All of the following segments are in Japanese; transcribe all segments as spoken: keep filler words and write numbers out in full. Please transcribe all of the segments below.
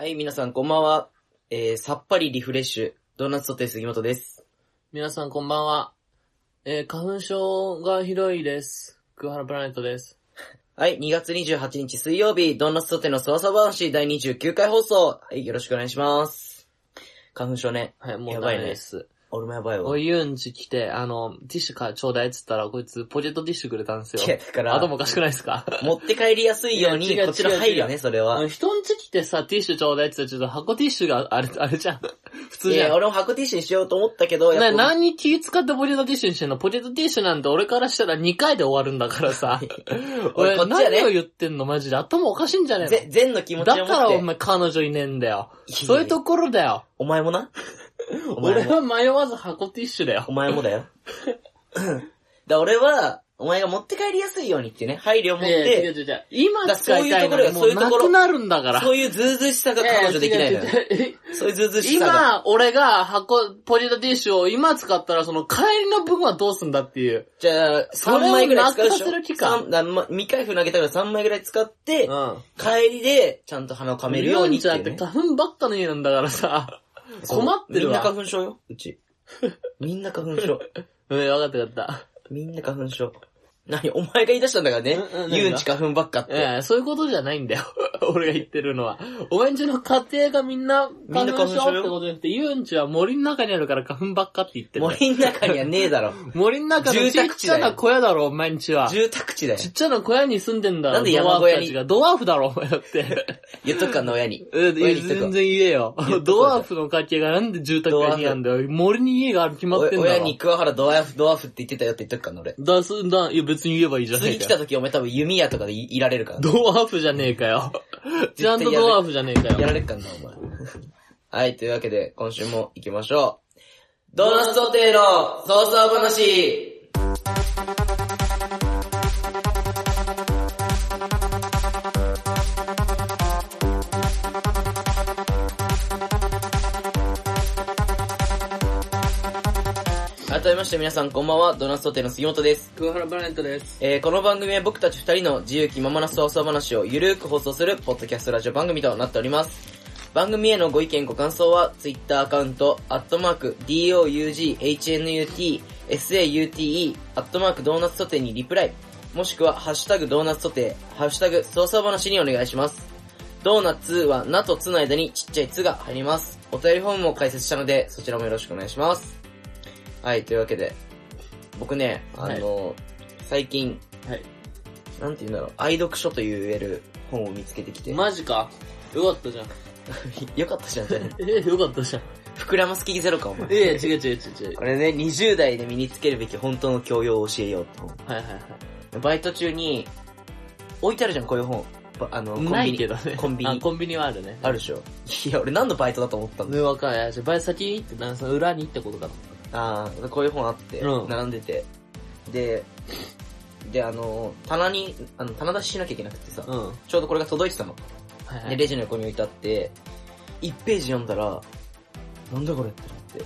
はい、皆さんこんばんは。えー、さっぱりリフレッシュ、ドーナツソテー杉本です。 皆さんこんばんは。えー、花粉症がひどいです。桑原プラネットです。 はい、にがつにじゅうはちにち水曜日、ドーナツソテーのそわそわ話だいにじゅうきゅうかい放送。はい、よろしくお願いします。花粉症ね。 はい、もうダメです。 俺もやばいわ。 おい、ユンチ来て、あの、ティッシュかちょうだいっつったら、こいつポケットティッシュくれたんですよ。 いや、だから。 頭おかしくないですか持って帰りやすいように、こっちの配慮ね、それは。 人んち来てさ、ティッシュちょうだいって言ったら、ちょっと箱ティッシュがあれ、あれじゃん。普通じゃん。 いや、俺も箱ティッシュにしようと思ったけど、 やっぱ。な、何に気使ってポケットティッシュにしてんの？ポケットティッシュなんて俺からしたらにかいで終わるんだからさ。俺、こっちはね、何を言ってんのマジで。頭おかしいんじゃねえの？ ぜ、善の気持ちを持って。 だからお前彼女いねえんだよ。そういうところだよ。 お前もな。 俺は迷わず箱ティッシュだよ。 お前もだよ。だ俺は、お前が持って帰りやすいようにってね、配慮を持って。いやいやいやいや今使いたいのにもうなくなるんだから。 そういうズうずうしさが彼女できないのよ。そういうズうずうしさが。 今、俺が箱、ポケットティッシュを今使ったらその帰りの部分はどうすんだっていう。 じゃあ、さんまいぐらい使うでしょ。 それをなくさせる期間。 未開封投げたからさんまいぐらい使って、うん、帰りでちゃんと鼻を噛めるようにっていう、ね。 って花粉ばっかの家なんだからさ。困ってるわ。 みんな花粉症よ、うち。みんな花粉症。 うん、わかったわかった。 みんな花粉症。何お前が言い出したんだからね。ユンチ花粉ばっかって。 いや、そういうことじゃないんだよ。俺が言ってるのは。お前んちの家庭がみんな花粉症ってことじゃなくて、ユンチは森の中にあるから花粉ばっかって言ってる。 森の中にはねえだろ。 森の中のちっちゃな小屋だろ、お前んちは。 住宅地だよ。 ちっちゃな小屋に住んでんだろ。 なんで山小屋に。 ドワーフだろ、お前だって。 言っとくかんの親に。 うん、全然言えよ。ドワーフの家系がなんで住宅街にあるんだよ。森に家がある決まってんだろ。 親に桑原ドワーフ、ドワーフって言ってたよって言っとくかんの俺。 だ、す、だ、いや別に言えばいいじゃねえか。 次来た時お前多分弓矢とかで い, いられるから、 ね。ドワーフじゃねえかよ。ちゃんとドワーフじゃねえかよ。 やられっかんな、お前。はい、というわけで今週も行きましょう。ドーナツソテーのソースー話。改めまして皆さんこんばんは、ドーナツソテーの杉本です。 桑原プラネットです。 えー、この番組は僕たち二人の自由気ままなそわそわ話をゆるーく放送するポッドキャストラジオ番組となっております。番組へのご意見ご感想は、ツイッターアカウント、アットマーク、ドーグハヌト、サウト、アットマークドーナツソテーにリプライ、もしくは、ハッシュタグドーナツソテー、ハッシュタグそわそわ話にお願いします。ドーナツは、なとつの間にちっちゃいつが入ります。お便りフォームも開設したので、そちらもよろしくお願いします。はい、というわけで、僕ね、あの、はい、最近、はい、なんて言うんだろう、愛読書と言える本を見つけてきて。 マジか。よかったじゃん。 よかったじゃん、じゃね。 え、よかったじゃん。 膨らますきゼロか、お前。 ええ、違う違う違う違う。 これね、にじゅう代で身につけるべき本当の教養を教えようと。 はいはいはい。 バイト中に、置いてあるじゃん、こういう本。あの、コンビニ。 ないけどね。 コンビニ。 あ、コンビニはあるね。 あるでしょ。いや、俺何のバイトだと思ったんだよ。ね、わかんない。バイト先にって、その裏にってことかな。 ああ、こういう本あって、うん、並んでて。で、で、あの、棚に、あの、棚出ししなきゃいけなくてさ、うん、ちょうどこれが届いてたの。はいはい、で、レジの横に置いてあって、いちページ読んだら、なんだこれってなって、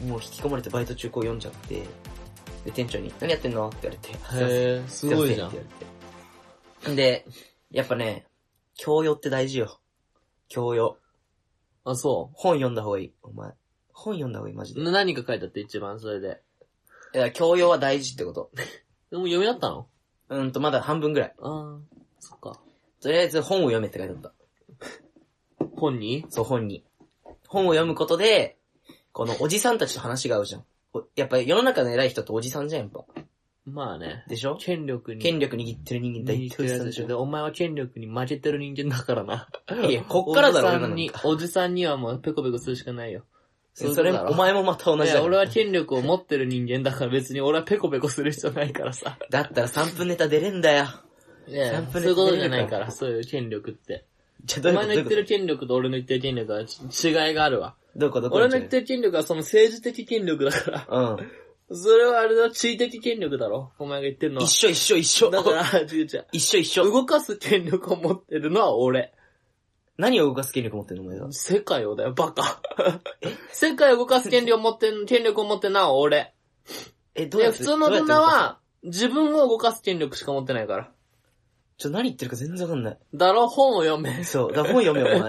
もう引き込まれてバイト中こう読んじゃって、で、店長に、何やってんのって言われて。 へー、すごいじゃん。で、やっぱね、教養って大事よ。教養。 あ、そう。 本読んだ方がいい、お前。本読んだ方がいい、マジで。 何が書いてあって一番それで。 いや、教養は大事ってこと。 でも読みだったの？ うんと、まだ半分ぐらい。 ああ、そっか。 とりあえず本を読めって書いてあった。 本に？ そう、本に。本を読むことで、このおじさんたちと話が合うじゃん。やっぱり世の中の偉い人っておじさんじゃん、やっぱ。 まあね。 でしょ？ 権力に。 権力握ってる人間大体おじさんでしょ。 で、お前は権力に負けてる人間だからな。 いや、こっからだろ、 おじさんに、おじさんにはもうペコペコするしかないよ。 そ, それ、お前もまた同じだ。 いや、俺は権力を持ってる人間だから別に俺はペコペコする必要ないからさ。 だったらさんぷんネタ出れんだよ。 いや、さんぷんネタそういうことじゃないから、そういう権力って。じゃどういうこと？お前の言ってる権力と俺の言ってる権力は違いがあるわ。 どこどこ？ 俺の言ってる権力はその政治的権力だから。うん。それはあれだ、地位的権力だろ。お前が言ってるのは。 一緒一緒一緒。 だから、違う違う。 一緒一緒。 動かす権力を持ってるのは俺。 何を動かす権力を持ってるのお前が。 世界をだよ、バカ。世界を動かす権力を持ってる、権力を持ってるのは俺。え、どうやって？普通の大人は、自分を動かす権力しか持ってないから。 ちょ、何言ってるか全然わかんない。 だろ、本を読め。 そう、だ本読めよ、お前。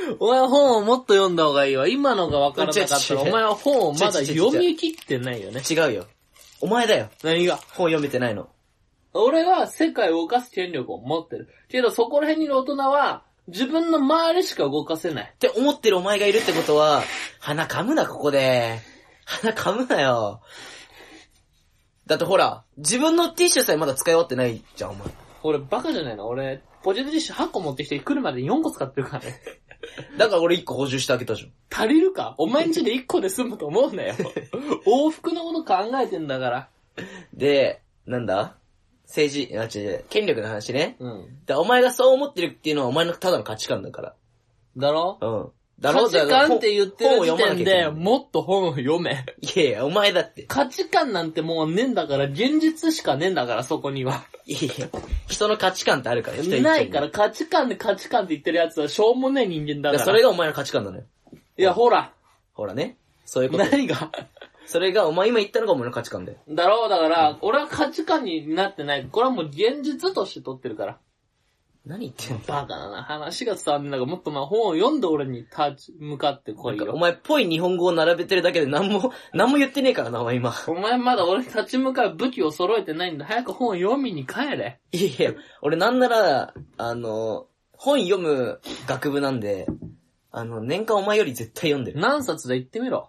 お前は本をもっと読んだ方がいいわ。今のが分からなかったら、お前は本をまだ読み切ってないよね。 違うよ。お前だよ。 何が？ 本読めてないの。 俺は世界を動かす権力を持ってる。けどそこら辺にいる大人は、自分の周りしか動かせない。 って思ってるお前がいるってことは、鼻噛むな、ここで。鼻噛むなよ。だってほら、自分のティッシュさえまだ使い終わってないじゃん、お前。 俺バカじゃないの？俺、ポテトティッシュはっこ持ってきて来るまでよんこ使ってるからね。 だから俺いっこ補充してあげたじゃん。 足りるか？お前んちでいっこで済むと思うんだよ。往復のこと考えてんだから。で、 なんだ政治、あ、違う違う、権力の話ね。 うん。 だお前がそう思ってるっていうのはお前のただの価値観だから。 だろ？ うん。だろ？ 価値観って言ってる時点で、もっと本を読め。 いやいや、お前だって。 価値観なんてもうねえんだから、現実しかねえんだから、そこには。 いやいや、人の価値観ってあるから、人ないから、価値観で価値観って言ってるやつはしょうもねえ人間だから。 それがお前の価値観なのよ。 いや、ほら。 ほらね。そういうこと。 何が？ それが、お前今言ったのがお前の価値観だよ。 だろう、だから、うん、俺は価値観になってない。これはもう現実として取ってるから。 何言ってんの？ バカだな。話が伝わんねえんだから、もっとまあ本を読んで俺に立ち向かってこいよ。 お前っぽい日本語を並べてるだけで何も、何も言ってねえからな、お前今。 お前まだ俺に立ち向かう武器を揃えてないんだ。早く本を読みに帰れ。 いやいや、俺なんなら、あの、本読む学部なんで、あの、年間お前より絶対読んでる。 何冊で言ってみろ。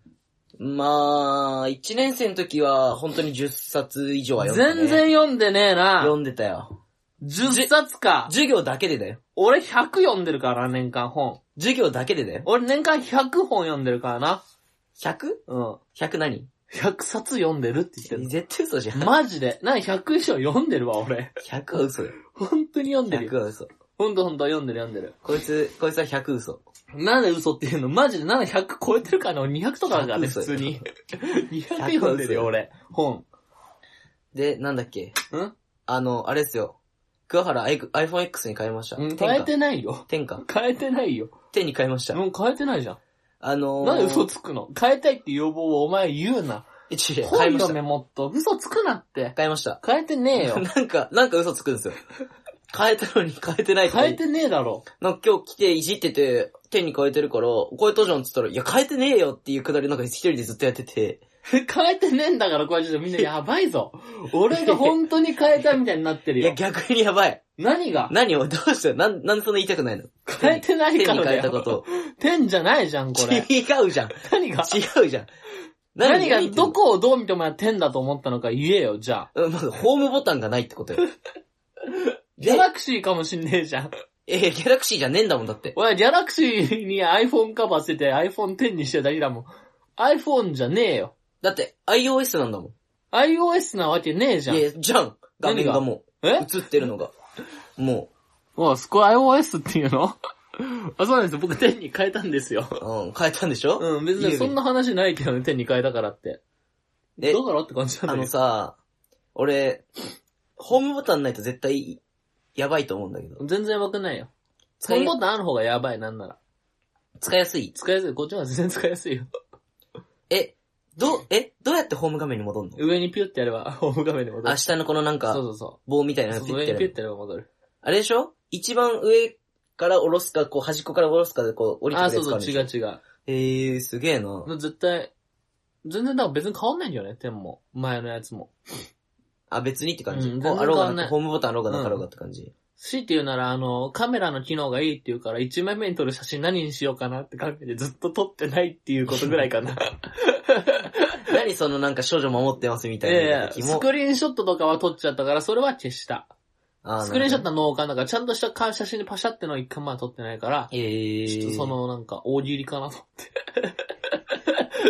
まあ、いちねん生の時は本当にじゅっさつ以上は読んでた、ね。 全然読んでねえな。 読んでたよ。 じゅっさつか。 授業だけでだよ。 俺ひゃく読んでるから、年間本。 授業だけでだよ。 俺年間ひゃくほん読んでるからな。 ひゃく？ うん。 ひゃく 何？ ひゃくさつ読んでるって言ってる。 絶対嘘じゃん。 マジで。なにひゃく以上読んでるわ、俺。 ひゃくは嘘よ。 本当に読んでるよ。 ひゃくは嘘。 ほんとほんと読んでる読んでる。 こいつ、こいつはひゃく嘘。 なんで嘘って言うの？マジでなんでひゃく超えてるからね。俺にひゃくとかだからね、普通に。にひゃく読んでるよ、俺。本。 で、なんだっけ？ ん？ あの、あれですよ。桑原 iPhone X に変えました。 うん、変えてないよ。 天下。 変えてないよ。 天に変えました。 うん、変えてないじゃん。 あのー、 なんで嘘つくの？変えたいって要望をお前言うな。 一応、 変えました。本読めもっと。嘘つくなって。 変えました。 変えてねえよ。 なんか、なんか嘘つくんですよ。変えたのに変えてないって。 変えてねえだろ。 なんか今日来ていじってて、天に変えてるから、変えたじゃんって言ったら、いや変えてねえよっていうくだりなんか一人でずっとやってて。 変えてねえんだからこれちょっとみんなやばいぞ。俺が本当に変えたみたいになってるよ。 いや逆にやばい。 何が？ 何をどうしたなん、なんでそんな言いたくないの？ 変えてないからだよ。 天に変えたこと。 天じゃないじゃん、これ。 違うじゃん。 何が？ 違うじゃん。 何が、どこをどう見ても天だと思ったのか言えよ、じゃあ。 うん、まずホームボタンがないってことよ。 ギャラクシーかもしんねえじゃん。 えー、ギャラクシーじゃねえんだもんだって。 俺、ギャラクシーに iPhone カバーしてて アイフォンテン にしてるだけだもん。iPhone じゃねえよ。 だって iOS なんだもん。 iOS なわけねえじゃん。 いや、じゃん。画面がもう。え？映ってるのが。もう。あ、そこ iOS っていうの？あ、そうなんですよ。僕天に変えたんですよ。 うん、変えたんでしょ？ うん、別にそんな話ないけどね、天に変えたからって。え、だからって感じなんだよ。 あのさ、俺、ホームボタンないと絶対、やばいと思うんだけど。 全然やばくないよ。ホームボタンある方がやばい、なんなら。 使いやすい？ 使いやすい。こっちは全然使いやすいよ。 え、どう、え、どうやってホーム画面に戻るの？ 上にピュってやれば、ホーム画面に戻る。 あ、下のこのなんか、そうそうそう。棒みたいなのピュってやれば。上にピュってやれば戻る。 あれでしょ？一番上から下ろすか、こう端っこから下ろすかでこう降りてくるやつあ、そうそう、違う違う。 えー、すげえな。 絶対、全然だから別に変わんないんだよね、天も。前のやつも。 あ、別にって感じ。 うん、 こうあろうがなく、ホームボタンあろうがなかろうがって感じ。うん、 強いて言うなら、あの、カメラの機能がいいって言うから、一枚目に撮る写真何にしようかなって考えてずっと撮ってないっていうことぐらいかな。 何そのなんか少女守ってますみたいな。 いやいや、スクリーンショットとかは撮っちゃったから、それは消した。あスクリーンショットは脳幹だから、ちゃんとした写真にパシャってのを一回まだ撮ってないから、 えー、 ちょっとそのなんか大喜利かなと思って。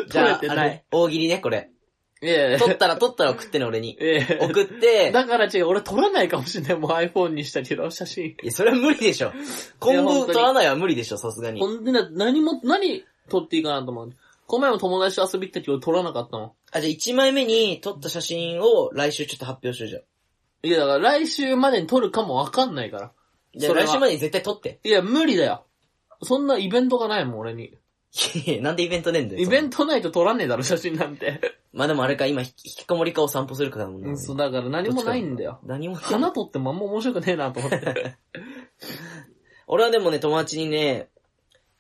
じゃあ、あれ、大喜利ね、これ。 いやいや撮ったら撮ったら送ってね、俺に。 いやいや送って、 だから違う、俺撮らないかもしれない、もう iPhone にしたけど、写真。 いや、それは無理でしょ。今後撮らないは無理でしょ、さすがに。 ほんとに、何も、何撮っていいかなと思う。この前も友達と遊び行ったけど撮らなかったの。 あ、じゃあいちまいめに撮った写真を来週ちょっと発表しようじゃん。 いや、だから来週までに撮るかもわかんないから。 じゃあ来週までに絶対撮って。 いや、無理だよ。そんなイベントがないもん、俺に。 いやいや、なんでイベントねえんだよ。 イベントないと撮らねえだろ、写真なんて。 まあでもあれか、今、引きこもりかを散歩するかだもんね。 うん、そう、だから何もないんだよ。 何もない。 花撮ってもあんま面白くねえなと思って。 俺はでもね、友達にね、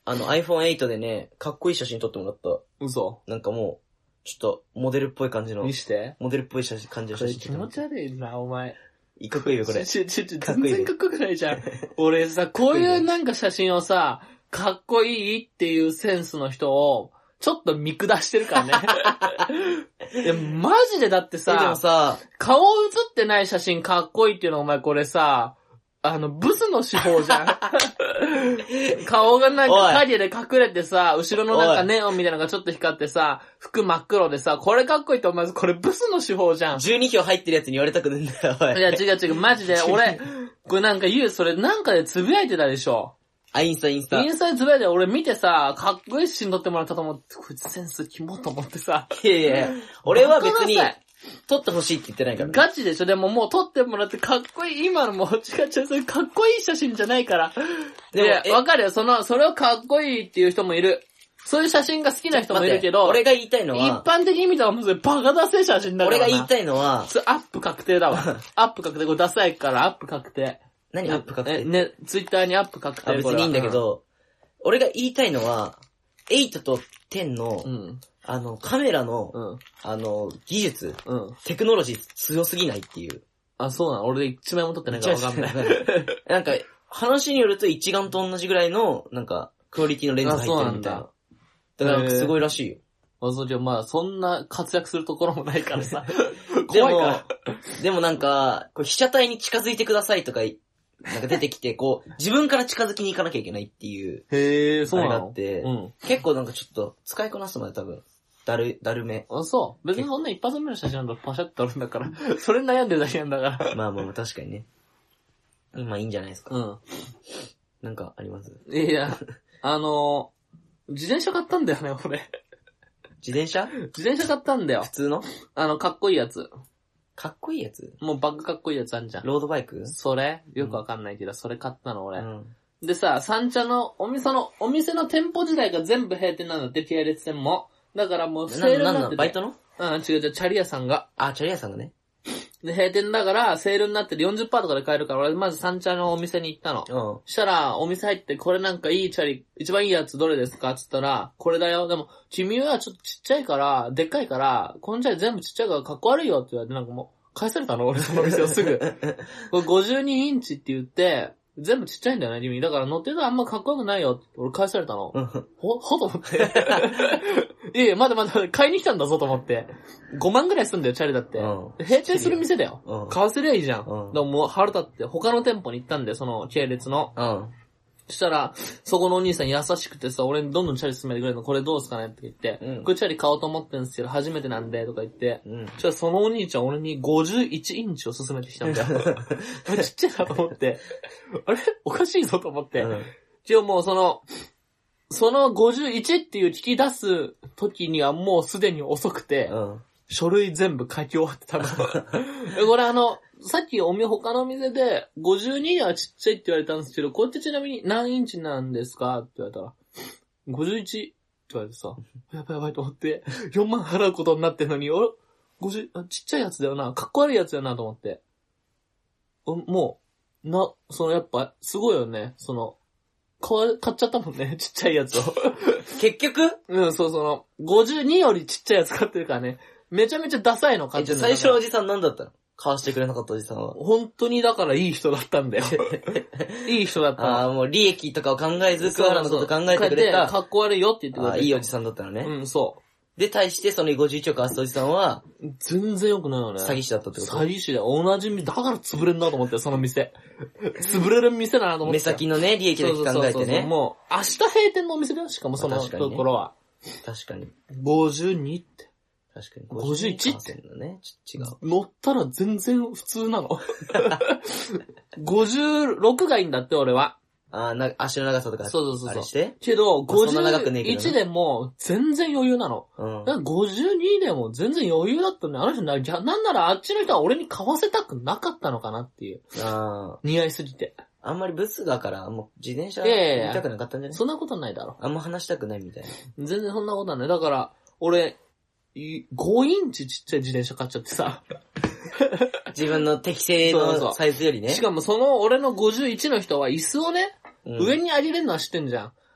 あの アイフォンエイト でね、かっこいい写真撮ってもらった。 嘘。 なんかもう、ちょっと、モデルっぽい感じの。 見して。 モデルっぽい写真、感じの写真。 気持ち悪いな、お前。 かっこいいよ、これ。 ちょ、ちょ、ちょ、全然かっこよくないじゃん。俺さ、こういうなんか写真をさ、かっこいいっていうセンスの人を、ちょっと見下してるからね。いや、マジでだってさ、 でもさ、 顔写ってない写真かっこいいっていうのお前これさ、あの、ブスの手法じゃん。顔がなんか影で隠れてさ、後ろのなんかネオンみたいなのがちょっと光ってさ、服真っ黒でさ、これかっこいいってお前これブスの手法じゃん。 じゅうに票入ってるやつに言われたくないんだよ、おい。 いや違う違う、マジで俺、これなんか言う、それなんかでつぶやいてたでしょ。 あ、インスタ、インスタ。 インスタでつぶやいて俺見てさ、かっこいい写真撮ってもらったと思って、こいつセンスキモと思ってさ。 いやいや俺は別に、撮ってほしいって言ってないから、ね。 ガチでしょ。でももう撮ってもらってかっこいい。今のもう違う違う、それかっこいい写真じゃないから。でも、わかるよ。その、それをかっこいいっていう人もいる。そういう写真が好きな人もいるけど。 俺が言いたいのは。 一般的に見たらもうそれバカダセ写真だからな。 俺が言いたいのは。 アップ確定だわ。アップ確定。これダサいからアップ確定。 何アップ確定？ ね、ツイッターにアップ確定。 別にいいんだけど、うん、俺が言いたいのは、エイトとテンの、うん、あの、カメラの、うん、あの、技術、うん、テクノロジー強すぎないっていう。 あ、そうなの？俺一枚も撮ってないからわかんない。 なんか、話によると一眼と同じぐらいの、なんか、クオリティのレンズ入ってるみたいな。だからすごいらしいよ。 あ、そうじゃ、まあ、そんな活躍するところもないからさ。怖いから。 でも、でもなんか、こう被写体に近づいてくださいとか、なんか出てきて、こう、自分から近づきに行かなきゃいけないっていう。 へー、そうなの？ あれがあって、うん、結構なんかちょっと、使いこなすまで多分、だる、だるめ。 あ、そう。別にそんな一発目の写真なんだパシャッと撮るんだから。それ悩んでるだけなんだから。 まあまあ確かにね。まあいいんじゃないですか。うん。なんかあります？ いや、あのー、自転車買ったんだよね、俺。 自転車？ 自転車買ったんだよ。 普通の？ あの、かっこいいやつ。 かっこいいやつ？ もうバッグかっこいいやつあんじゃん。 ロードバイク？ それよくわかんないけど、うん、それ買ったの俺。うん、でさ、三茶のお店の、お店の店舗自体が全部閉店なんだって、系列店も。だからもうセールになってて。 なんバイトの？ うん、違う違う、チャリ屋さんが。 あ、チャリ屋さんがね。 で、閉店だから、セールになってて よんじゅっパーセント とかで買えるから、俺まず三茶のお店に行ったの。うん。したら、お店入って、これなんかいいチャリ、一番いいやつどれですかつったら、これだよ。でも、君はちょっとちっちゃいから、でっかいから、このチャリ全部ちっちゃいからかっこ悪いよって言われて、なんかもう、返されたの俺その店をすぐ。これごじゅうにインチって言って、全部ちっちゃいんだよね、君。だから乗ってるとあんまかっこよくないよって俺返されたの。ほ、ほと思って。いやいや、まだまだ買いに来たんだぞと思って。ごまんぐらいすんだよ、チャリだって。うん、閉店する店だよ。うん、買わせりゃいいじゃん。うん、でももう腹立って他の店舗に行ったんだよ、その系列の。うん、そしたら、そこのお兄さん優しくてさ、俺にどんどんチャリ進めてくれるの、これどうすかねって言って、うん、これチャリ買おうと思ってんすけど、初めてなんで、とか言って、うん、そしたらそのお兄ちゃん俺にごじゅういちインチを進めてきたんだよ。ちっちゃいなと思って、あれおかしいぞと思って。うん、一応もうその、そのごじゅういちっていう聞き出す時にはもうすでに遅くて、うん、書類全部書き終わってたの。これあの、さっきおみ、他のお店で、ごじゅうにはちっちゃいって言われたんですけど、これってちなみに何インチなんですかって言われたら、ごじゅういちって言われてさ、やばいやばいと思って、よんまん払うことになってんのに、あれ ?ごじゅう、あ、ちっちゃいやつだよな、かっこ悪いやつだよなと思って。もう、な、そのやっぱ、すごいよね、その、買, 買っちゃったもんね、ちっちゃいやつを。 結局うん、そう、その、ごじゅうによりちっちゃいやつ買ってるからね、めちゃめちゃダサいの買ってるんだから。 最初のおじさんなんだったの？買わしてくれなかったおじさんは。 本当にだからいい人だったんだよ。いい人だったの。 ああ、もう利益とかを考えず、桑原のこと考えてくれた。 かっこ悪いよって言ってくれた。 あいいおじさんだったのね。 うん、そう。 で、対してそのごじゅういちを買わせたおじさんは、 全然良くないよね。 詐欺師だったってこと？ 詐欺師だよ。同じ店、だから潰れんなと思ってその店。潰れる店だなと思って。 目先のね、利益だけ考えてね。そうそうそうそうもう、明日閉店のお店だよ、しかもそのところは。 確かに。 ごじゅうにって。 確かに。 ごじゅういちって。 ね、違う。 乗ったら全然普通なの。ごじゅうろくがいいんだって、俺は。 ああ、な、足の長さとか。 そうそうそう。 あれして。 けど、ごじゅういちでも全然余裕なの。うん。だからごじゅうにでも全然余裕だったね。あの人な、じゃ、なんならあっちの人は俺に買わせたくなかったのかなっていう。ああ。似合いすぎて。あんまりブスだから、もう自転車見たくなかったんじゃない？ そんなことないだろ。 あんま話したくないみたいな。全然そんなことない。だから、俺、ごインチちっちゃい自転車買っちゃってさ。 自分の適正のサイズよりね。 しかもその俺のごじゅういちの人は椅子をね、うん、上に上げれるのは知ってんじゃん。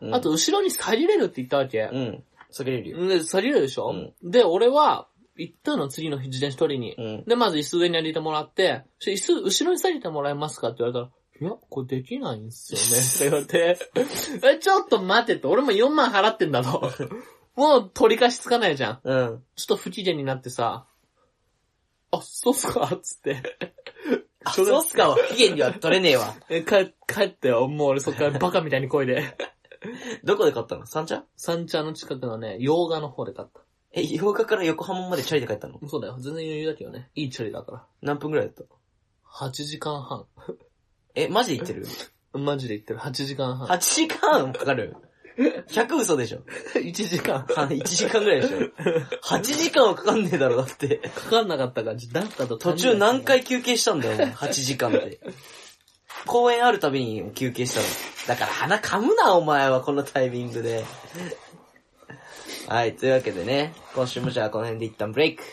うん、あと、後ろに下げれるって言ったわけ。 うん。下げれるよ。 で、下げれるでしょ、うん、で、俺は、行ったの、次の日自転車取りに。うん、で、まず椅子上に上げてもらって、椅子、後ろに下げてもらえますかって言われたら、いや、これできないんすよね。って言われて、え、ちょっと待てと、俺もよんまん払ってんだと。もう取り返しつかないじゃん。うん。ちょっと不機嫌になってさ、あ、そうっすかつって。 あ、そうっすかは不機嫌には取れねえわ。 え、帰、帰ったよ。もう俺そっからバカみたいに声で。 どこで買ったの？三茶？ 三茶の近くのね、洋画の方で買った。 え、洋画から横浜までチャリで帰ったの？ そうだよ。全然余裕だけどね。いいチャリだから。 何分くらいだった？ はち 時間半。 え、マジで言ってる？ マジで言ってる。はちじかんはん。 はちじかんかかる？ひゃく嘘でしょ。 いちじかん。 いちじかんぐらいでしょ。はちじかんはかかんねえだろ、だって。 かかんなかった感じ。だったと途中何回休憩したんだよ、はちじかんって。公園あるたびに休憩したの。だから鼻噛むな、お前は、このタイミングで。はい、というわけでね、今週もじゃあこの辺で一旦ブレイク。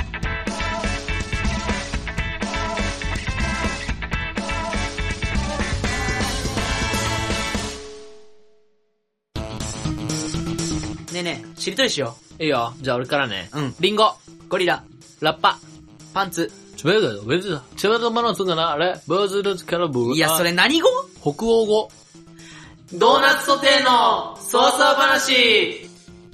ねえねえ、しりとりしよう。いいよ。じゃあ俺からね。 うん。 リンゴ、 ゴリラ、 ラッパ、 パンツ。 ちょ、別に、別に、ちょ、まのつがな、あれ、ブーズルズキャラブー。 いや、それ何語？ 北欧語。 ドーナツソテーのソース話。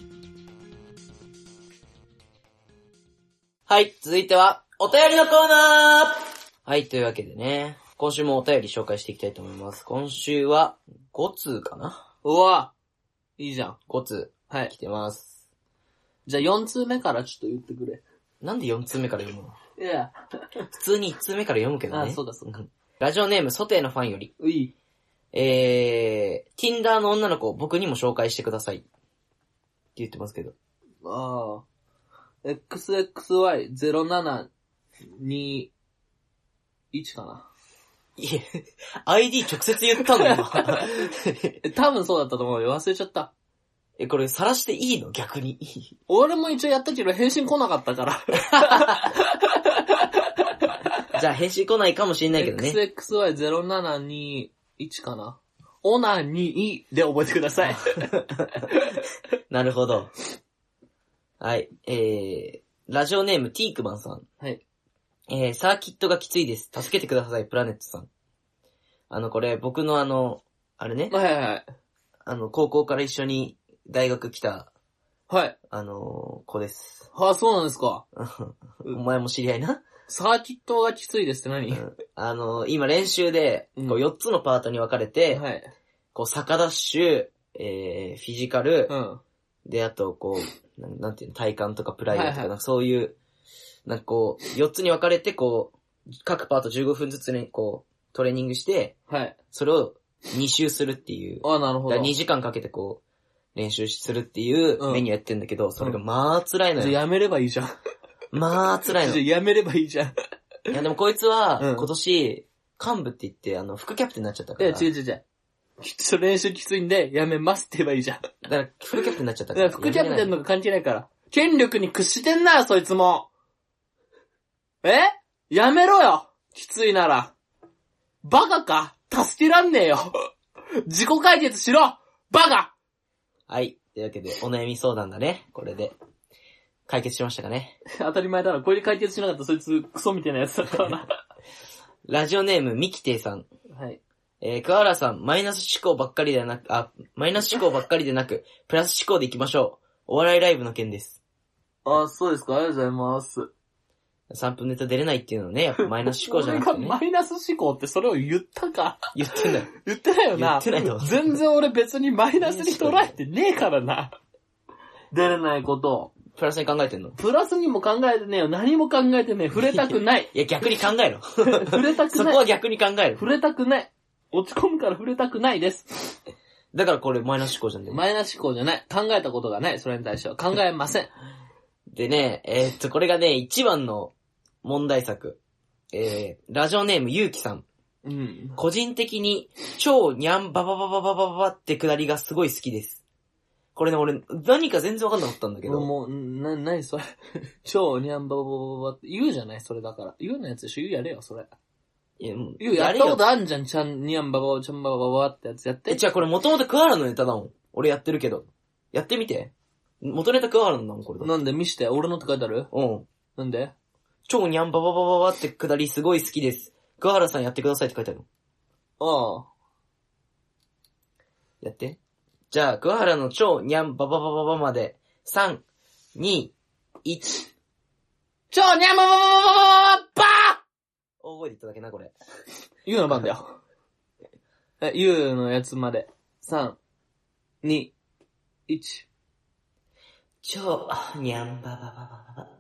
はい、続いては、お便りのコーナー。はい、というわけでね、今週もお便り紹介していきたいと思います。今週は、ご通かな？ うわ、いいじゃん。 ご通。 はい。 来てます。 じゃあよん通目からちょっと言ってくれ。 なんでよん通目から読むの？ いや。 普通にいち通目から読むけどね。 あ、そうだそうだ。 ラジオネーム、ソテーのファンより。 うい。 えー、Tinder の女の子を僕にも紹介してください。って言ってますけど。 ああ。エックスエックスワイゼロななにいち かな。 いえ、アイディー 直接言ったの今。 多分そうだったと思うよ。忘れちゃった。 え、これ晒していいの？逆に。 俺も一応やったけど返信来なかったから。 じゃあ返信来ないかもしれないけどね。 エックスエックスワイゼロななにいち かな。オナニーで覚えてください。 なるほど。はい。えー、ラジオネームティークマンさん。 はい。 えー、サーキットがきついです。助けてください、プラネットさん。あの、これ、僕のあの、あれね。 はいはいはい。 あの、高校から一緒に大学来た。 はい。 あのー、子です。 はあ、そうなんですか。 お前も知り合いな。 サーキットがきついですって何、うん、 あのー、今練習で、こうよっつのパートに分かれて、 うん、はい。 こう、坂ダッシュ、えー、フィジカル、 うん。 で、あと、こう、な、なんていうの、体幹とかプライドとか、はいはい、そういう、なんかこう、よっつに分かれて、こう、各パートじゅうごふんずつね、こう、トレーニングして、 はい。 それをに周するっていう。 あ、なるほど。 にじかんかけてこう、練習するっていうメニューやってんだけど、うん、それがまあ辛いのよ。 じゃあやめればいいじゃん。 まあ辛いの。 じゃあやめればいいじゃん。 いやでもこいつは、今年、幹部って言って、あの、副キャプテンになっちゃったから。 いや、違う違う違う。きっと練習きついんで、やめますって言えばいいじゃん。 だから、副キャプテンになっちゃったから。だから副キャプテンのが関係ないから。権力に屈してんな、そいつも。え？やめろよ！きついなら。バカか？助けらんねえよ。自己解決しろ！バカ！ はい。というわけで、お悩み相談だね。これで。解決しましたかね。 当たり前だろ。これで解決しなかったらそいつクソみたいなやつだからな。 ラジオネーム、ミキテイさん。 はい。 えー、桑原さん、マイナス思考ばっかりでなく、あ、マイナス思考ばっかりでなく、プラス思考でいきましょう。お笑いライブの件です。 あ、そうですか。ありがとうございます。 さんぷんネタ出れないっていうのね、やっぱマイナス思考じゃなくてね。 マイナス思考ってそれを言ったか言ってない。 言ってないよな。 言ってないと思う。 全然俺別にマイナスに捉えてねえからな。出れないことを。 プラスに考えてんの？ プラスにも考えてねえよ。何も考えてねえ。触れたくない。 いや、逆に考えろ。 触れたくない。 そこは逆に考える。 触れたくない。落ち込むから触れたくないです。 だからこれマイナス思考じゃねえ。 マイナス思考じゃない。考えたことがない。それに対しては。考えません。 でね、えー、っと、これがね、一番の問題作。えー、ラジオネームゆうきさん。 うん。 個人的に、超にゃんばばばばばばばってくだりがすごい好きです。これね、俺、何か全然わかんなかったんだけど。 もう、な、なにそれ。超にゃんばばばばばって言うじゃないそれだから。言うのやつでしょ言うやれよ、それ。 いや、もう。 言うやったことあんじゃん、ちゃん、にゃんばばば、ちゃんばばばってやつやって。 え、じゃあこれもともとクアラのネタだもん。 俺やってるけど。やってみて。元ネタ桑原のなもん、これだ。 なんで見して、俺のって書いてある？ うん。 なんで？ 超にゃんばばばばばってくだりすごい好きです。桑原さんやってくださいって書いてあるの。 ああ。 やって。じゃあ、桑原の超にゃんばばばばばまで、さん、に、いち。 超にゃんばばばばばばば大声で言っただけな、これ。 ゆうの番だよ。え、ゆうのやつまで。さん、に、いち。 超、にゃんばばばばば。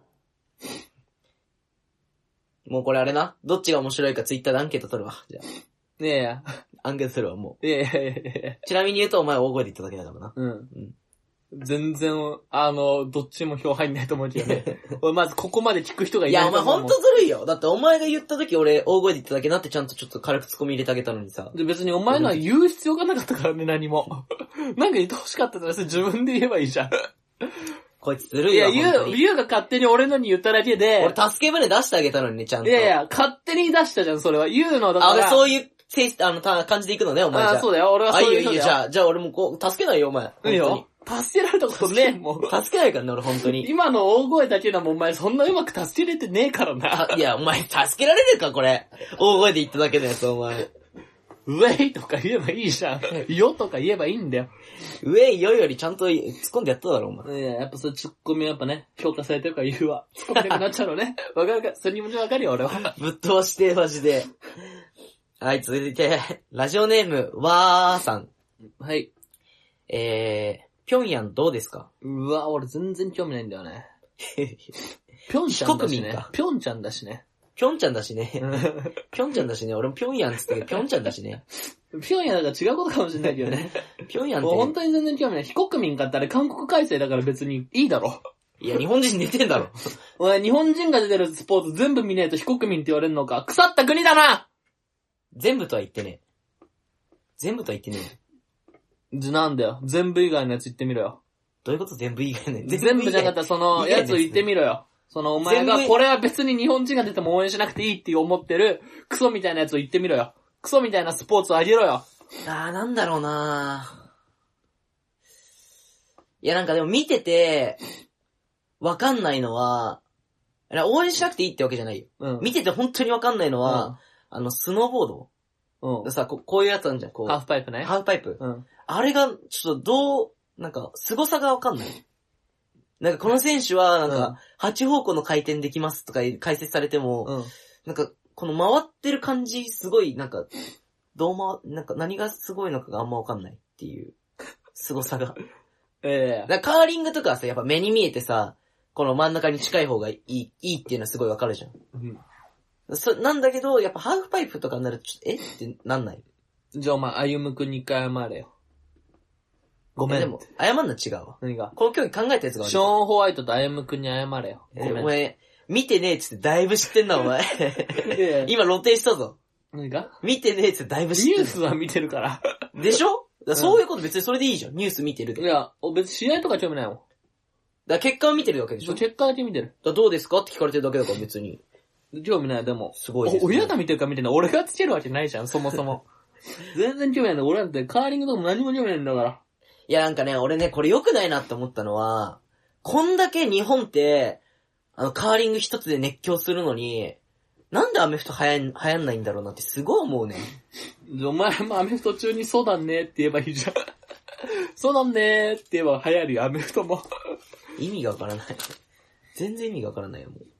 もうこれあれな。どっちが面白いかツイッターでアンケート取るわ。じゃあ。 ねえや。 アンケート取るわ、もう。いやいやいやいや。 ちなみに言うとお前大声で言っただけだからな。 うん。うん全然、あの、どっちも票入んないと思うけどね。俺まずここまで聞く人がいない。 いや、お前ほんとずるいよ。だってお前が言った時俺大声で言っただけなってちゃんとちょっと軽くツッコミ入れてあげたのにさ。 で別にお前のは言う必要がなかったからね、何も。なんか言ってほしかったら自分で言えばいいじゃん。 こいつずるいよ。 いや、ゆう、ゆうが勝手に俺のに言っただけで。 俺助け舟出してあげたのにね、ちゃんと。 いやいや、勝手に出したじゃん、それは。ゆうのだから。 あ、そういう、あの、た、感じでいくのね、お前じゃあ。 あ、そうだよ、俺はそういう。 あ、いいよいいよ、じゃあ、じゃあ俺もこう、助けないよ、お前。 いいよ。助けられたことねえ、もう。 助けないからね、俺本当に。 今の大声だけでもお前そんなうまく助けれてねえからな。 いや、お前助けられるか、これ。大声で言っただけのやつ、お前。 ウェイとか言えばいいじゃん。よとか言えばいいんだよ。 ウェイよよりちゃんと突っ込んでやっただろ、お前。 いや、やっぱそうツッコミはやっぱね、評価されてるから言うわ。突っ込みたくなっちゃうのね。わかるか、それにもわかるよ、俺は。 ぶっ飛ばして、マジで。はい、続いて、ラジオネーム、わーさん。 はい。 えー、ピョンヤンどうですか？ うわ、俺全然興味ないんだよね。ピョンちゃんだしね。ピョンちゃんだしね。 ピョンちゃんだしね。ピョンちゃんだしね。俺もピョンヤンっつったけど、ピョンちゃんだしね。 ピョンヤンだから違うことかもしれないけどね。 ピョンヤンって。 もう本当に全然興味ない。非国民かってあれ韓国改正だから別にいいだろ。 いや、日本人出てんだろ。 お前、日本人が出てるスポーツ全部見ねえと非国民って言われるのか。腐った国だな！ 全部とは言ってねえ。全部とは言ってねえ。 じゃ、なんだよ。全部以外のやつ言ってみろよ。 どういうこと全部以外のやつ？ 全部じゃなかったらそのやつを言ってみろよ。そのお前がこれは別に日本人が出ても応援しなくていいって思ってるクソみたいなやつを言ってみろよ。クソみたいなスポーツをあげろよ。 あー、なんだろうなー。いや、なんかでも見てて、わかんないのは、応援しなくていいってわけじゃないよ。うん、見てて本当にわかんないのは、うん、あの、スノーボードうん。さ、こ, こういうやつあるじゃん、こう。 ハーフパイプね。 ハーフパイプ。うん。あれが、ちょっとどう、なんか、凄さがわかんない。なんかこの選手は、なんか、うん、はち方向の回転できますとか解説されても、うん、なんか、この回ってる感じ、すごい、なんか、どう回、なんか何がすごいのかがあんまわかんないっていう、凄さが。ええー。だからカーリングとかはさ、やっぱ目に見えてさ、この真ん中に近い方がいい、いいっていうのはすごいわかるじゃん。うん。そ、なんだけど、やっぱハーフパイプとかになると、ちょっと、えってなんない？ じゃあお前、歩夢くんに一回謝れよ。ごめん。 でも、謝んの違うわ。 何が？ この競技考えたやつが悪い。 ショーン・ホワイトと歩夢くんに謝れよ。 ごめん。お前、見てねえっつってだいぶ知ってんな、お前。今露呈したぞ。 何が？ 見てねえっつってだいぶ知ってんニュースは見てるから。 でしょ？だそういうこと別にそれでいいじゃん。ニュース見てるで。 いや、別に試合とか興味ないもん。 だ結果を見てるわけでしょ？ 結果だけ見てる。 だどうですかって聞かれてるだけだから別に。 興味ない、でも。 すごいですね。 親が見てるか見てない。俺がつけるわけないじゃん、そもそも。全然興味ないんだ。俺なんてカーリングとかも何も興味ないんだから。 いやなんかね、俺ね、これ良くないなって思ったのは、こんだけ日本って、あの、カーリング一つで熱狂するのに、なんでアメフト流行ん、流行んないんだろうなってすごい思うね。 お前もアメフト中にそうだねって言えばいいじゃん。そうだねって言えば流行るよ、アメフトも。 意味がわからない。全然意味がわからないよ、もう。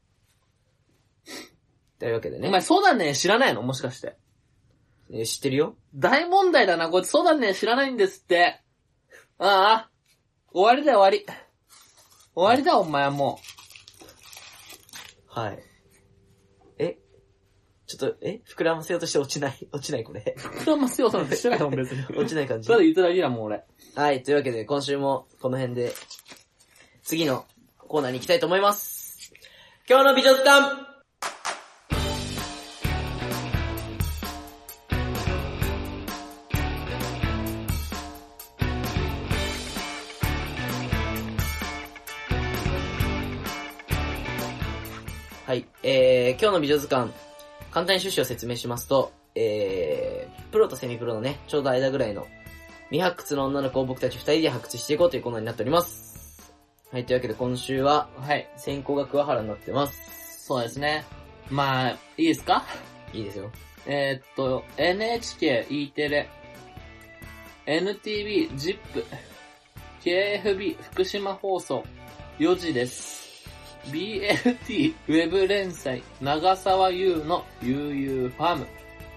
というわけでね。 お前そうだね知らないのもしかして。 えー、知ってるよ。 大問題だな、こいつそうだね知らないんですって。ああ。終わりだよ、終わり。終わりだ、お前はもう。はい。えちょっと、え膨らませようとして落ちない、落ちないこれ。 膨らませようとしてないもん、別に。 落ちない感じ。 ただ言っただけだもん、俺。 はい、というわけで今週もこの辺で、次のコーナーに行きたいと思います。今日の美女図鑑はい、えー、今日の美女図鑑、簡単に趣旨を説明しますと、えー、プロとセミプロのね、ちょうど間ぐらいの未発掘の女の子を僕たち二人で発掘していこうというコーナーになっております。はい、というわけで今週は、 はい。 先行が桑原になってます。 そうですね。まあ、いいですか？ いいですよ。 えー、っと、エヌエイチケー、E テレ、エヌティービー、ジップ、ケーエフビー、福島放送、よじです。ビーエルティー、ウェブ連載、長沢優の悠々ファーム。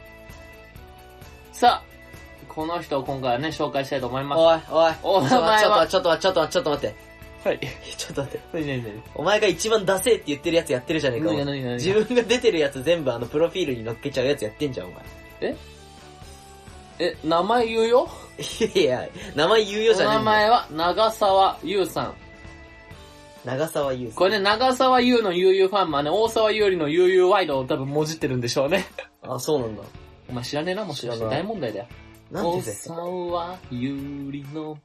さあ、この人を今回はね、紹介したいと思います。 おい、おい、 お名前はちょっと待って、ちょっと待って、ちょっと待って。 はい。 ちょっと待って。 何何何お前が一番ダセーって言ってるやつやってるじゃねえか。 何何何自分が出てるやつ全部あの、プロフィールに乗っけちゃうやつやってんじゃん、お前。 ええ、名前言うよ？ いや、名前言うよじゃねえ。 お名前は長沢優さん。 長沢優さん。 これね、長沢優の悠々ファンはね、大沢優里の悠々ワイドを多分もじってるんでしょうね。 あ、そうなんだ。 お前知らねえな、もしかして。大問題だよ。 なんで大沢優里の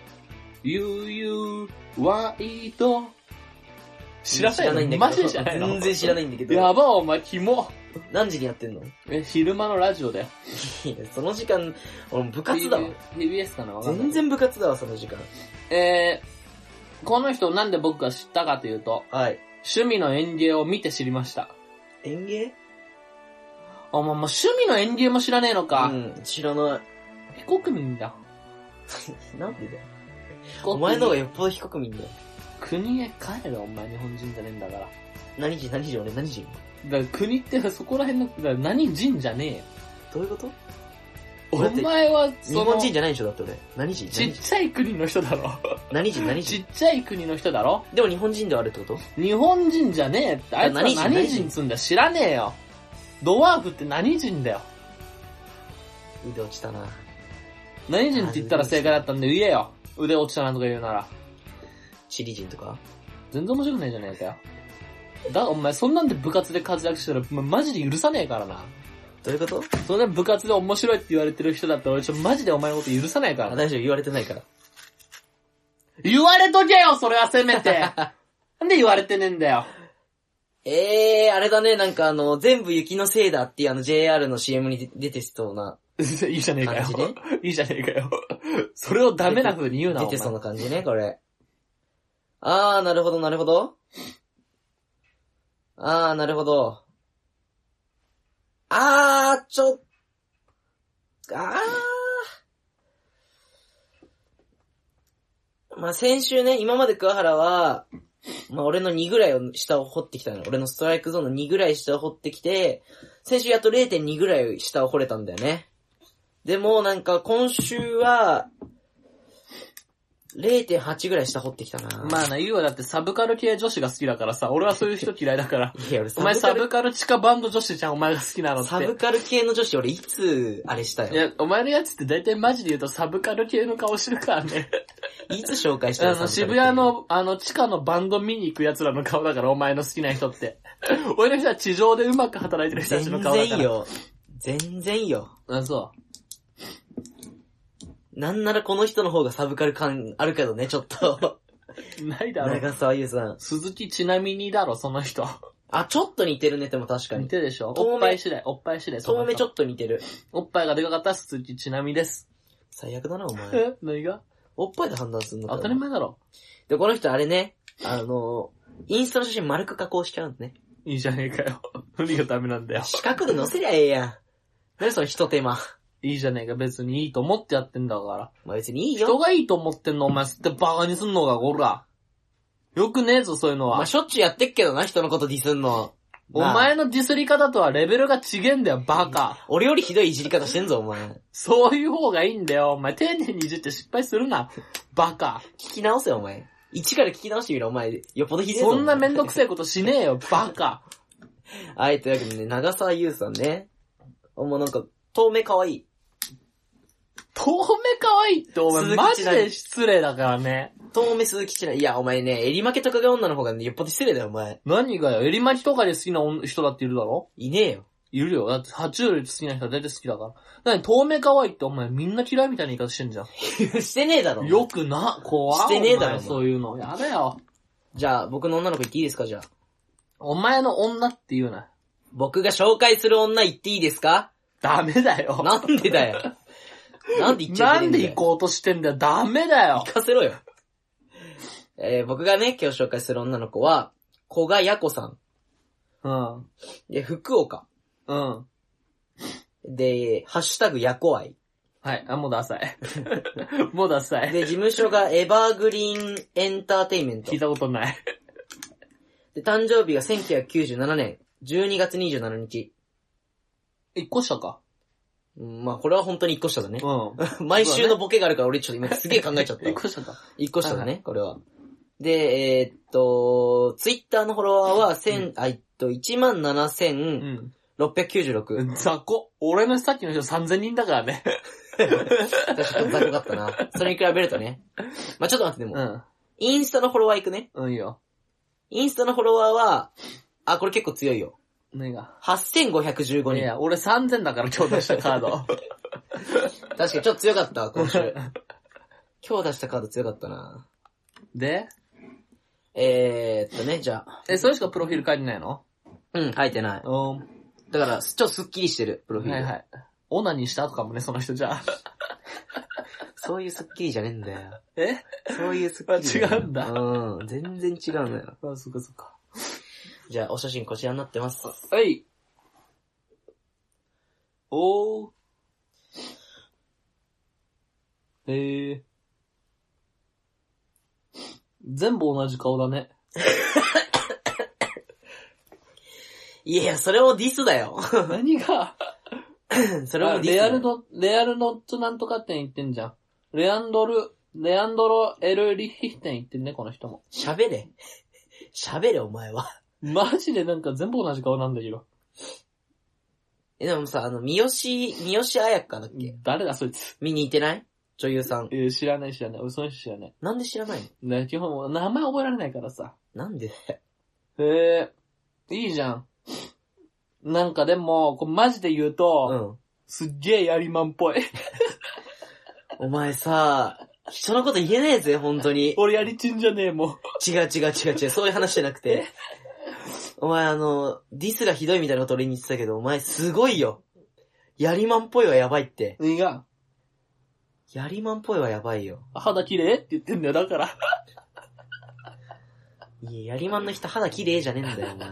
悠々ワイド。知らないんだけど。マジじゃないの？ 全然知らないんだけど。 やば、お前、キモ。 何時にやってんの？ え、昼間のラジオだよ。 いや、その時間、俺部活だわ。 ティービーエス かな？わかんない。 全然部活だわ、その時間。 えー、この人なんで僕が知ったかというと、 はい。 趣味の園芸を見て知りました。 園芸？ あ、まあ、まあ、趣味の園芸も知らねえのか。 うん、知らない。 非国民だ。 なんでだよ。お前の方がよっぽど非国民だよ。 国へ帰るお前日本人じゃねえんだから。 何人何人俺何人？ だから国ってそこら辺の、だから何人じゃねえよ。 どういうこと？ お前は日本人じゃないでしょだって俺。何人？ ちっちゃい国の人だろ。 何人何人？ ちっちゃい国の人だろ。 でも日本人ではあるってこと？ 日本人じゃねえって。あいつは何人つんだよ。知らねえよ。ドワーフって何人だよ。 腕落ちたな。 何人って言ったら正解だったんで言えよ。腕落ちたなとか言うなら。 チリ人とか？ 全然面白くないじゃねえかよ。だ、お前そんなんで部活で活躍したら、マジで許さねえからな。 どういうこと？ そんな部活で面白いって言われてる人だったら俺ちょマジでお前のこと許さないから。 あ、大丈夫、言われてないから。 言われとけよ、それはせめて。なんで言われてねえんだよ。 えー、あれだね、なんかあの、全部雪のせいだっていうあの ジェイアール の シーエム に出てそうな。 いいじゃねえかよ。いいじゃねえかよ。それをダメな風に言うな、 出てそうな感じね、これ。あー、なるほど、なるほど。あー、なるほど。あー、ちょ、あー。まあ、先週ね、今まで桑原は、まあ、俺のにぐらいを下を掘ってきたの。俺のストライクゾーンのにぐらい下を掘ってきて、先週やっと れいてんに ぐらい下を掘れたんだよね。でも、なんか今週は、れいてんはち ぐらい下掘ってきたな。 まあな、ゆうはだってサブカル系女子が好きだからさ、俺はそういう人嫌いだから。 いや、俺お前サブカル地下バンド女子じゃん、お前が好きなのって。 サブカル系の女子俺いつ、あれしたよ。 いや、お前のやつって大体マジで言うとサブカル系の顔してるからね。 いつ紹介したの？ あの、渋谷の、あの、地下のバンド見に行く奴らの顔だから、お前の好きな人って。俺の人は地上でうまく働いてる人たちの顔だから。 全然よ。全然よ。 あ、そう。 なんならこの人の方がサブカル感あるけどね、ちょっと。 ないだろ。 長澤優さん。 鈴木ちなみにだろ、その人。 あ、ちょっと似てるね、でも確かに。 似てるでしょ？おっぱい次第、おっぱい次第。 遠目ちょっと似てる。 おっぱいがでかかったら鈴木ちなみです。 最悪だな、お前。 え？何が？ おっぱいで判断するのか。 当たり前だろ。 で、この人あれね、あの、インスタの写真丸く加工しちゃうんですね。 いいじゃねえかよ。何がダメなんだよ。 四角で載せりゃええやん。何その一手間。 いいじゃねえか、別にいいと思ってやってんだから。 まあ別にいいよ。 人がいいと思ってんのお前吸ってバカにすんのか、こら。よくねえぞ、そういうのは。 まあしょっちゅうやってっけどな、人のことディスんの。 お前のディスり方とはレベルが違えんだよ、バカ。 俺よりひどいいじり方してんぞ、お前。 そういう方がいいんだよ、お前。丁寧にいじって失敗するな、バカ。 聞き直せよ、お前。一から聞き直してみろ、お前。よっぽどひでえぞ。 そんなめんどくせえことしねえよ、バカ。 はい、というわけでね、長澤優さんね。もうなんか、遠目かわいい。 遠目可愛いってお前マジで失礼だからね。 遠目鈴木ちな。いや、お前ね、襟巻きとかが女の方がね、よっぽど失礼だよ、お前。 何がよ、襟巻きとかで好きな人だっているだろ？ いねえよ。 いるよ。だって、爬虫類好きな人は大体好きだから。何、遠目可愛いってお前みんな嫌いみたいな言い方してんじゃん。 してねえだろ。 よくな、怖い。 してねえだろ。 そういうの。やだよ。 じゃあ、僕の女の子言っていいですか、じゃあ。 お前の女って言うな。 僕が紹介する女言っていいですか？ ダメだよ。 なんでだよ。 なんで言っちゃいけないんだよ。 なんで行こうとしてんだよ。ダメだよ。 行かせろよ。えー、僕がね、今日紹介する女の子は、古賀やこさん。 うん。 で、福岡。 うん。 で、ハッシュタグやこ愛。 はい。あ、もうダサい。もうダサい。 で、事務所がエバーグリーンエンターテイメント。 聞いたことない。 で、誕生日がせんきゅうひゃくきゅうじゅうななねん、じゅうにがつにじゅうしちにち。 一個下か。 うん、まあ、これは本当に一個下だね。 うん。 毎週のボケがあるから俺ちょっと今すげえ考えちゃった。 一個下か。 一個下だね、はいはい、これは。で、えー、っと、ツイッターのフォロワーは、千、うん、あ、えっと、いちまんななせんろっぴゃくきゅうじゅうろく。 雑魚。俺のさっきの人さんぜんにんだからね。 確かに雑魚かったな。それに比べるとね。まあ、ちょっと待って、でも。うん。インスタのフォロワーいくね。 うん、いいよ。 インスタのフォロワーは、あ、これ結構強いよ。 何が ? はっせんごひゃくじゅうごにん。 いや、俺さんぜんだから今日出したカード。 確かにちょっと強かったわ、今週。今日出したカード強かったな。 でえーっとね、じゃあ。 え、それしかプロフィール書いてないの？ うん、書いてない。うん。だから、ちょっとスッキリしてる、プロフィール。 はいはい。オナニーしたとかもね、その人じゃあ。 そういうスッキリじゃねえんだよ。 えそういうスッキリ。 違うんだ。 うん、全然違うのよ。 あ、そっかそっか。 じゃあ、お写真こちらになってます。 はい。おー。えー。全部同じ顔だね。 いやいや、それもディスだよ。 何がそれもディスだよ。 レアルド、レアルノットなんとかって言ってんじゃん。レアンドル、レアンドロ・エル・リヒテン言ってんね、この人も。 喋れ。喋れ、お前は。 マジでなんか全部同じ顔なんだけど。 え、でもさ、あの、三好、三好彩香だっけ？ 誰だそいつ。 見に行ってない？女優さん。 えー、知らない知らない。俺その人知らない。 なんで知らないの？ ね、基本名前覚えられないからさ。 なんで？ へえー、いいじゃん。なんかでも、こうマジで言うと、うん、すっげえやりまんっぽい。 お前さ、人のこと言えねえぜ、本当に。 俺やりちんじゃねえもん。 違う違う違う違う、そういう話じゃなくて。お前あの、ディスがひどいみたいなこと俺に言ってたけど、お前すごいよ。やりまんっぽいはやばいって。 何が？ やりまんっぽいはやばいよ。 肌綺麗って言ってんだよ、だから。 いや、やりまんの人肌綺麗じゃねえんだよ、お前。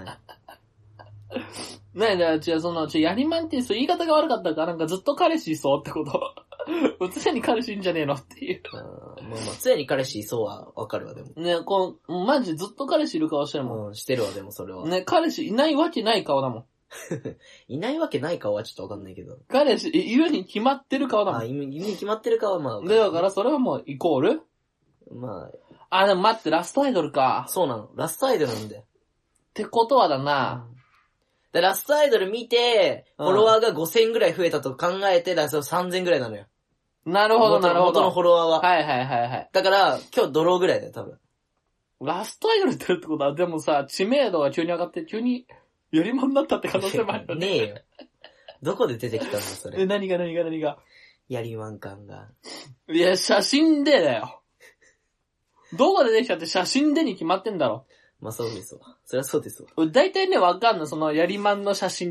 ねえ、ねえ、違う、その、ちょ、やりまんってそう言い方が悪かったから、なんかずっと彼氏いそうってこと。常に彼氏いいんじゃねえのっていう。 あまあまあ、常に彼氏いそうはわかるわ、でも。 ね、こう、マジずっと彼氏いる顔してるもん。 うん、してるわ、でもそれは。 ね、彼氏いないわけない顔だもん。 いないわけない顔はちょっとわかんないけど。 彼氏いるに決まってる顔だもん。 あ、いるに決まってる顔はまあ。 で、だからそれはもうイコール？ まあ。 あ、でも待って、ラストアイドルか。 そうなの。ラストアイドルなんだよ。 ってことはだな。 うんでラストアイドル見て、フォロワーがごせんぐらい増えたと考えて、だからさんぜんぐらいなのよ。 なるほど、なるほど。 元のフォロワーは。 はいはいはいはい。 だから、今日ドローぐらいだよ、多分。 ラストアイドルってってことは、でもさ、知名度が急に上がって、急に、よりもんになったって可能性もあるよね。 ねえよ。どこで出てきたんだ、それ。 え、何が何が何が。 やりまん感が。 いや、写真でだよ。どこで出てきたって写真でに決まってんだろ。 まあそうですわ。そりゃそうですわ。 俺大体ね、わかんの、その、やりまんの写真って。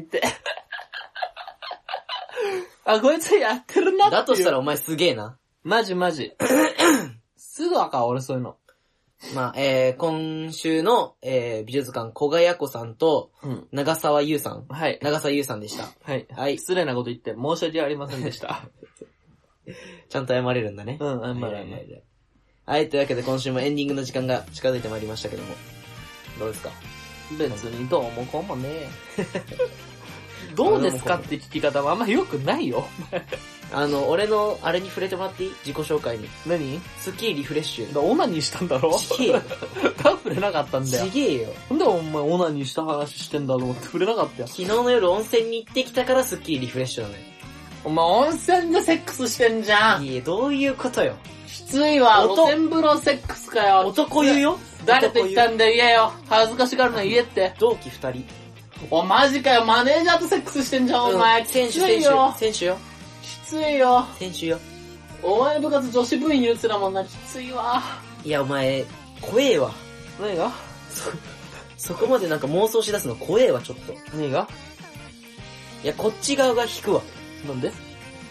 あ、こいつやってるなっていう。 だとしたらお前すげえな。 マジマジ。すぐわかる、俺そういうの。 まあ、えー、今週の、えー、美術館、小賀や子さんと、うん、長沢優さん。 はい。 長沢優さんでした。 はい。はい。失礼なこと言って申し訳ありませんでした。 ちゃんと謝れるんだね。 うん、謝る謝る。 はい、というわけで今週もエンディングの時間が近づいてまいりましたけども。どうですか？ 別にどうもこうもね。どうですかって聞き方はあんま良くないよ。 あの、俺のあれに触れてもらっていい？自己紹介に。 何？ スッキリリフレッシュ。 だオナニーしたんだろ？ ちげえよ。 だ触れなかったんだよ。 ちげえよ。 なんでお前オナニーした話してんだと思って触れなかったよ。 昨日の夜温泉に行ってきたからスッキリリフレッシュなのよ。 お前温泉でセックスしてんじゃん。 いや、どういうことよ。 きついわ。露天風呂セックスかよ。 男湯よ。 誰と言ったんだよ、言えよ。恥ずかしがるの言えって。 同期二人。 お、マジかよ。マネージャーとセックスしてんじゃん、お前。 選手、選手。選手よ。 きついよ。 選手よ。 お前部活女子部員言うつらもんな、きついわ。 いや、お前、怖えわ。 何が？ そ、そこまでなんか妄想しだすの怖えわ、ちょっと。 何が？ いや、こっち側が引くわ。 なんで？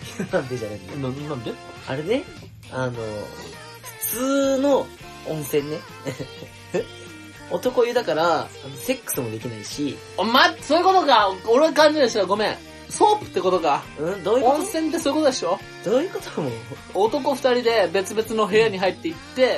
なんでじゃねえんだよ。 な、なんであれね、あの、普通の温泉ね。男湯だから、あのセックスもできないし。 あ、ま、そういうことか。俺は感じでした。ごめん。ソープってことか。 うんどういうこと？ 温泉ってそういうことでしょ？ どういうことも男二人で別々の部屋に入っていって、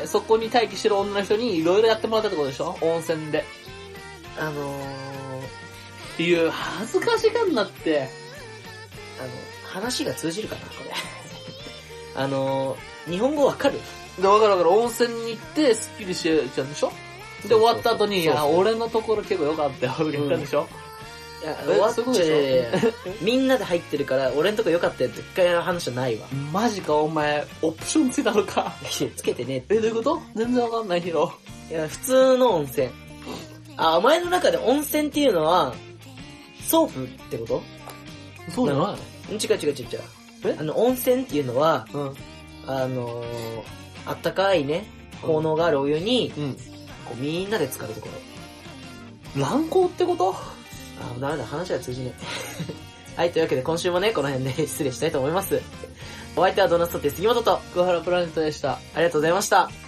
そこに待機してる女の人にいろいろやってもらったってことでしょ？温泉で。 あのー、 っていう、恥ずかしがんなって。 あの、話が通じるかな、これ。あのー、日本語わかる？ で、わかるわかる。温泉に行ってスッキリしちゃうんでしょ？で、終わった後に、いや、俺のところ結構良かったよ、みたいな言ったんでしょ？ いや、終わっちゃえ、みんなで入ってるから、俺んとこ良かったよって一回の話じゃないわ。 マジか、お前、オプションついたのか。 つけてねって。 え、どういうこと？全然わかんない、ヒロ。 いや、普通の温泉。あ、お前の中で温泉っていうのは、ソープってこと？ そうじゃないの？ 違う違う違う違う。え？あの、温泉っていうのは、 うん。 あのー、あったかいね、効能があるお湯に、 うん。 こうみんなで浸かるところ。 乱行ってこと？ あ、ダメだ、話は通じねえ。はい、というわけで今週もね、この辺で失礼したいと思います。お相手はドーナツトって杉本と、 桑原プラネットでした。 ありがとうございました。